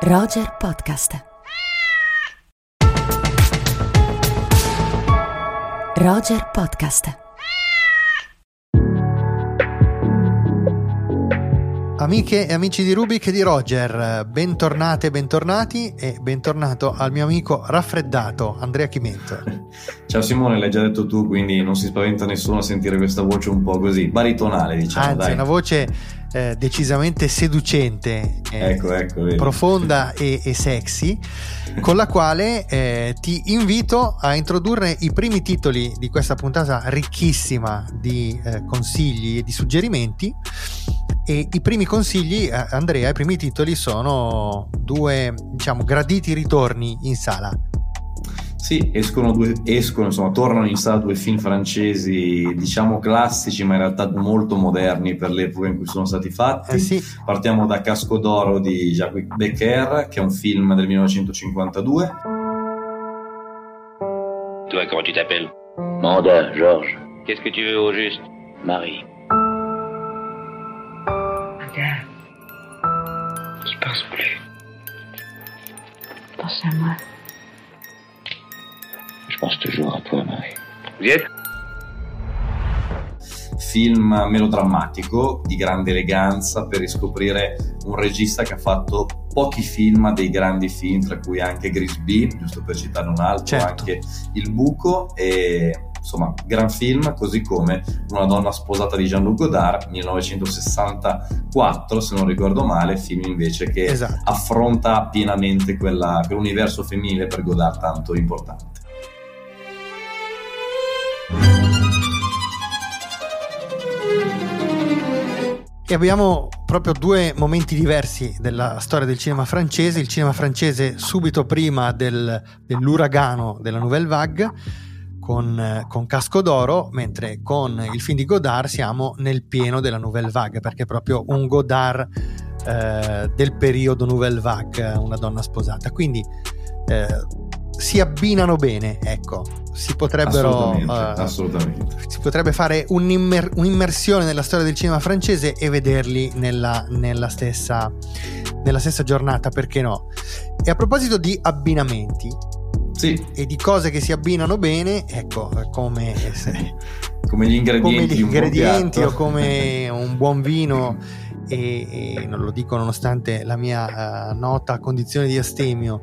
Roger Podcast. Roger Podcast. Amiche e amici di Rubik e di Roger, bentornate e bentornati e bentornato al mio amico raffreddato Andrea Chimento. Ciao Simone, l'hai già detto tu, quindi non si spaventa nessuno a sentire questa voce un po' così baritonale, diciamo. Anzi, dai. Una voce decisamente seducente, ecco, vedi. profonda e sexy, con la quale ti invito a introdurre i primi titoli di questa puntata ricchissima di consigli e di suggerimenti. E i primi consigli, Andrea, i primi titoli sono due, diciamo, graditi ritorni in sala. Sì, insomma, tornano in sala due film francesi, diciamo classici, ma in realtà molto moderni per l'epoca in cui sono stati fatti. Sì. Partiamo da Casco d'Oro di Jacques Becker, che è un film del 1952. Toi, comment tu t'appelles? Mandat, Georges. Qu'est-ce que tu veux au juste? Marie. Regarde. J'y pense plus. Pense à moi. Je pense toujours à toi, Marie. Vous y êtes? Film melodrammatico di grande eleganza per riscoprire un regista che ha fatto pochi film ma dei grandi film, tra cui anche Grisby, giusto per citare un altro, certo. Anche Il Buco, e insomma gran film, così come Una donna sposata di Jean-Luc Godard, 1964 se non ricordo male, film invece che affronta pienamente quell'universo femminile per Godard tanto importante. E abbiamo proprio due momenti diversi della storia del cinema francese. Il cinema francese subito prima dell'uragano della Nouvelle Vague con Casco d'Oro, mentre con il film di Godard siamo nel pieno della Nouvelle Vague, perché è proprio un Godard del periodo Nouvelle Vague, Una donna sposata. Quindi si abbinano bene, ecco. Si potrebbero assolutamente. Si potrebbe fare un'immersione nella storia del cinema francese e vederli nella stessa giornata, perché no? E a proposito di abbinamenti, sì, e di cose che si abbinano bene, ecco, come gli ingredienti o come un buon vino, e non lo dico nonostante la mia nota condizione di astemio,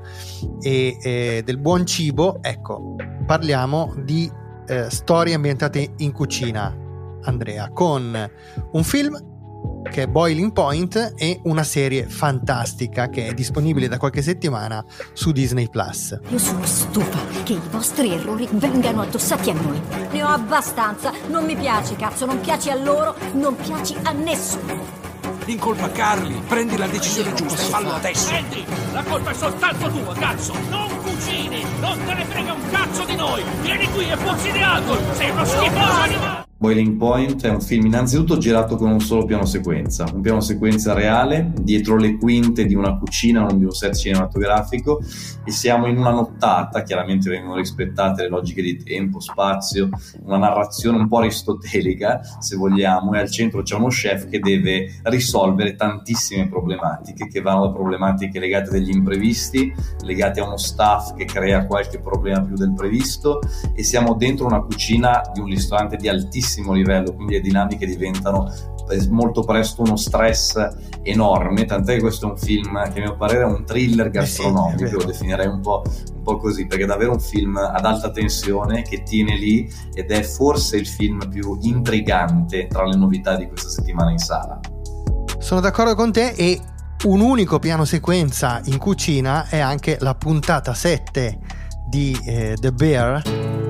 e del buon cibo, ecco, parliamo di storie ambientate in cucina, Andrea, con un film che è Boiling Point e una serie fantastica che è disponibile da qualche settimana su Disney Plus. Io sono stufa che i vostri errori vengano addossati a noi. Ne ho abbastanza, non mi piaci, cazzo, non piaci a loro, non piaci a nessuno. Incolpa Carly, prendi la decisione giusta e fallo adesso. Senti, la colpa è soltanto tua, cazzo. Non cucini, non te ne frega un cazzo di noi. Vieni qui e puzzi di alcol, sei uno schifoso animale. Boiling Point è un film innanzitutto girato con un solo piano sequenza reale, dietro le quinte di una cucina, non di un set cinematografico, e siamo in una nottata. Chiaramente vengono rispettate le logiche di tempo, spazio, una narrazione un po' aristotelica, se vogliamo, e al centro c'è uno chef che deve risolvere tantissime problematiche, che vanno da problematiche legate agli imprevisti, legate a uno staff che crea qualche problema più del previsto, e siamo dentro una cucina di un ristorante di altissimo livello, quindi le dinamiche diventano molto presto uno stress enorme, tant'è che questo è un film che a mio parere è un thriller gastronomico, lo definirei un po' così, perché è davvero un film ad alta tensione che tiene lì, ed è forse il film più intrigante tra le novità di questa settimana in sala. Sono d'accordo con te, e un unico piano sequenza in cucina è anche la puntata 7 di The Bear.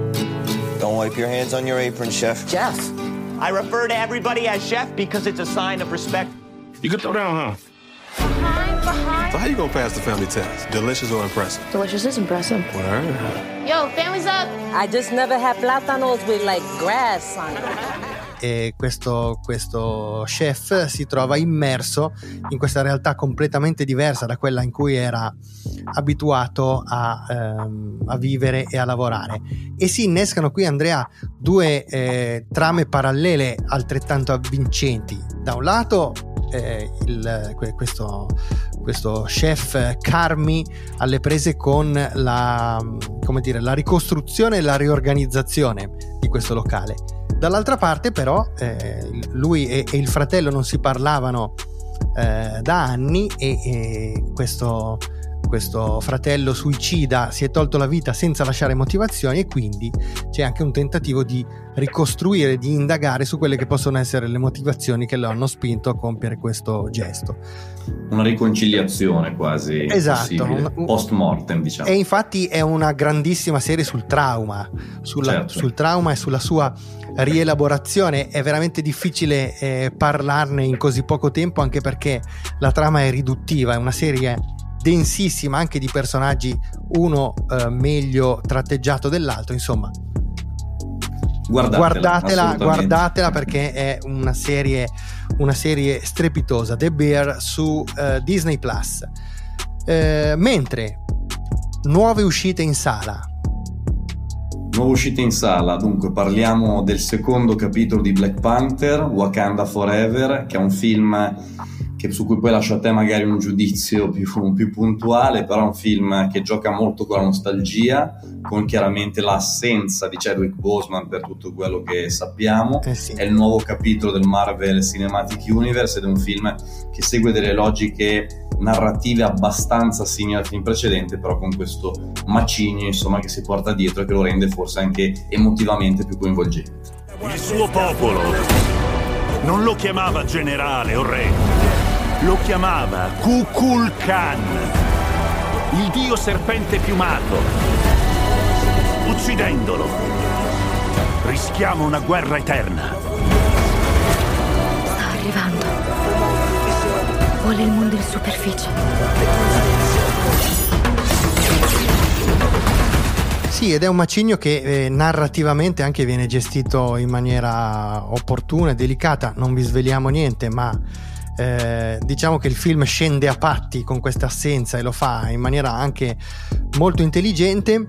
Don't wipe your hands on your apron, chef. Chef. I refer to everybody as chef because it's a sign of respect. You can throw down, huh? Behind. So how you gonna pass the family test? Delicious or impressive? Delicious is impressive. Word. Yo, family's up. I just never had plátanos with like grass on it. E questo chef si trova immerso in questa realtà completamente diversa da quella in cui era abituato a vivere e a lavorare, e si innescano qui, Andrea, due trame parallele altrettanto avvincenti. Da un lato questo chef Carmy alle prese con la ricostruzione e la riorganizzazione di questo locale. Dall'altra parte però lui e il fratello non si parlavano da anni e questo fratello suicida si è tolto la vita senza lasciare motivazioni, e quindi c'è anche un tentativo di ricostruire, di indagare su quelle che possono essere le motivazioni che lo hanno spinto a compiere questo gesto. Una riconciliazione quasi, esatto, post mortem, diciamo. E infatti è una grandissima serie sul trauma, sul trauma e sulla sua rielaborazione. È veramente difficile parlarne in così poco tempo, anche perché la trama è riduttiva, è una serie densissima anche di personaggi, uno meglio tratteggiato dell'altro. Insomma, guardatela perché è una serie strepitosa. The Bear su Disney Plus. Mentre nuove uscite in sala, dunque parliamo del secondo capitolo di Black Panther, Wakanda Forever, che è un film su cui poi lascio a te magari un giudizio più puntuale, però è un film che gioca molto con la nostalgia, con chiaramente l'assenza di Chadwick Boseman per tutto quello che sappiamo. Sì. È il nuovo capitolo del Marvel Cinematic Universe ed è un film che segue delle logiche narrative abbastanza simili al film precedente, però con questo macigno, insomma, che si porta dietro e che lo rende forse anche emotivamente più coinvolgente. Il suo popolo non lo chiamava generale o re, lo chiamava Kukulkan, il dio serpente piumato. Uccidendolo rischiamo una guerra eterna. Sta arrivando. Vuole il mondo in superficie. Sì, ed è un macigno che narrativamente anche viene gestito in maniera opportuna e delicata. Non vi sveliamo niente, ma diciamo che il film scende a patti con questa assenza e lo fa in maniera anche molto intelligente.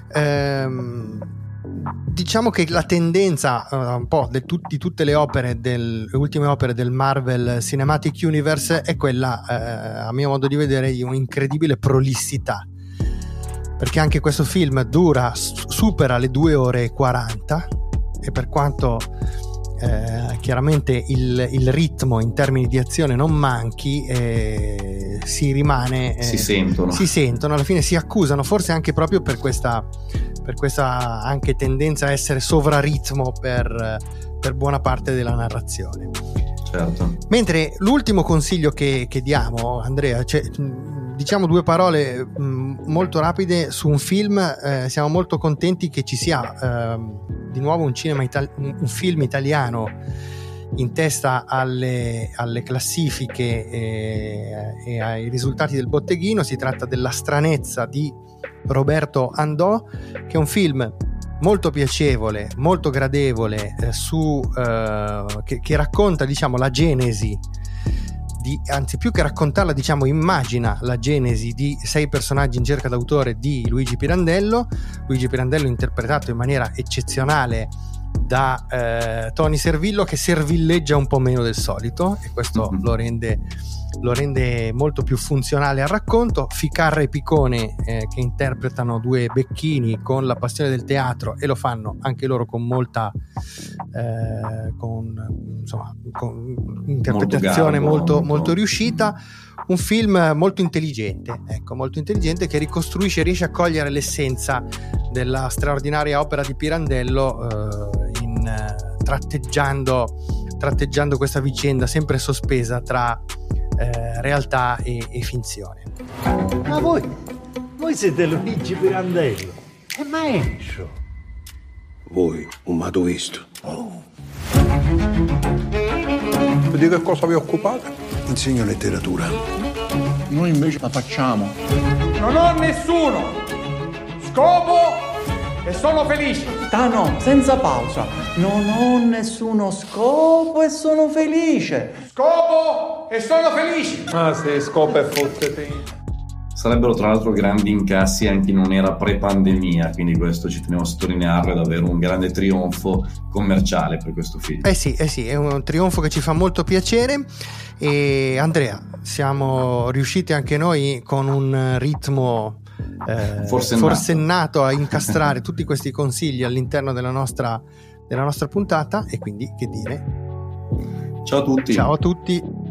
Diciamo che la tendenza un po' di tutte le ultime opere del Marvel Cinematic Universe è quella, a mio modo di vedere, di un'incredibile prolissità, perché anche questo film supera le 2 ore e 40, e per quanto chiaramente il ritmo in termini di azione non manchi, si sentono, alla fine si accusano, forse anche proprio per questa anche tendenza a essere sovraritmo per buona parte della narrazione. Certo. Mentre l'ultimo consiglio che diamo, Andrea, diciamo 2 parole molto rapide su un film. Siamo molto contenti che ci sia di nuovo un film italiano in testa alle classifiche e ai risultati del botteghino. Si tratta della Stranezza di Roberto Andò, che è un film molto piacevole, molto gradevole, che racconta, diciamo, la genesi anzi più che raccontarla, diciamo, immagina la genesi di 6 personaggi in cerca d'autore di Luigi Pirandello interpretato in maniera eccezionale da Tony Servillo, che servilleggia un po' meno del solito, e questo lo rende molto più funzionale al racconto. Ficarra e Piccone che interpretano 2 becchini con la passione del teatro, e lo fanno anche loro con molta con interpretazione molto riuscita. Un film molto intelligente, che riesce a cogliere l'essenza della straordinaria opera di Pirandello, tratteggiando questa vicenda sempre sospesa tra realtà e finzione. Ma voi siete Luigi Pirandello, è maestro. Voi un m'avete visto. Di che cosa vi occupate? Insegno letteratura. Noi invece la facciamo. Non ho nessuno scopo e sono felice. No, senza pausa. Non ho nessuno scopo e sono felice. Scopo e sono felice. Ah sì, scopo e fottete. Sarebbero tra l'altro grandi incassi anche in un'era pre-pandemia, quindi questo ci tenevo a sottolinearlo, è davvero un grande trionfo commerciale per questo film. Sì, è un trionfo che ci fa molto piacere. E Andrea, siamo riusciti anche noi con un ritmo forsennato a incastrare tutti questi consigli all'interno della nostra puntata, e quindi che dire? Ciao a tutti. Ciao a tutti.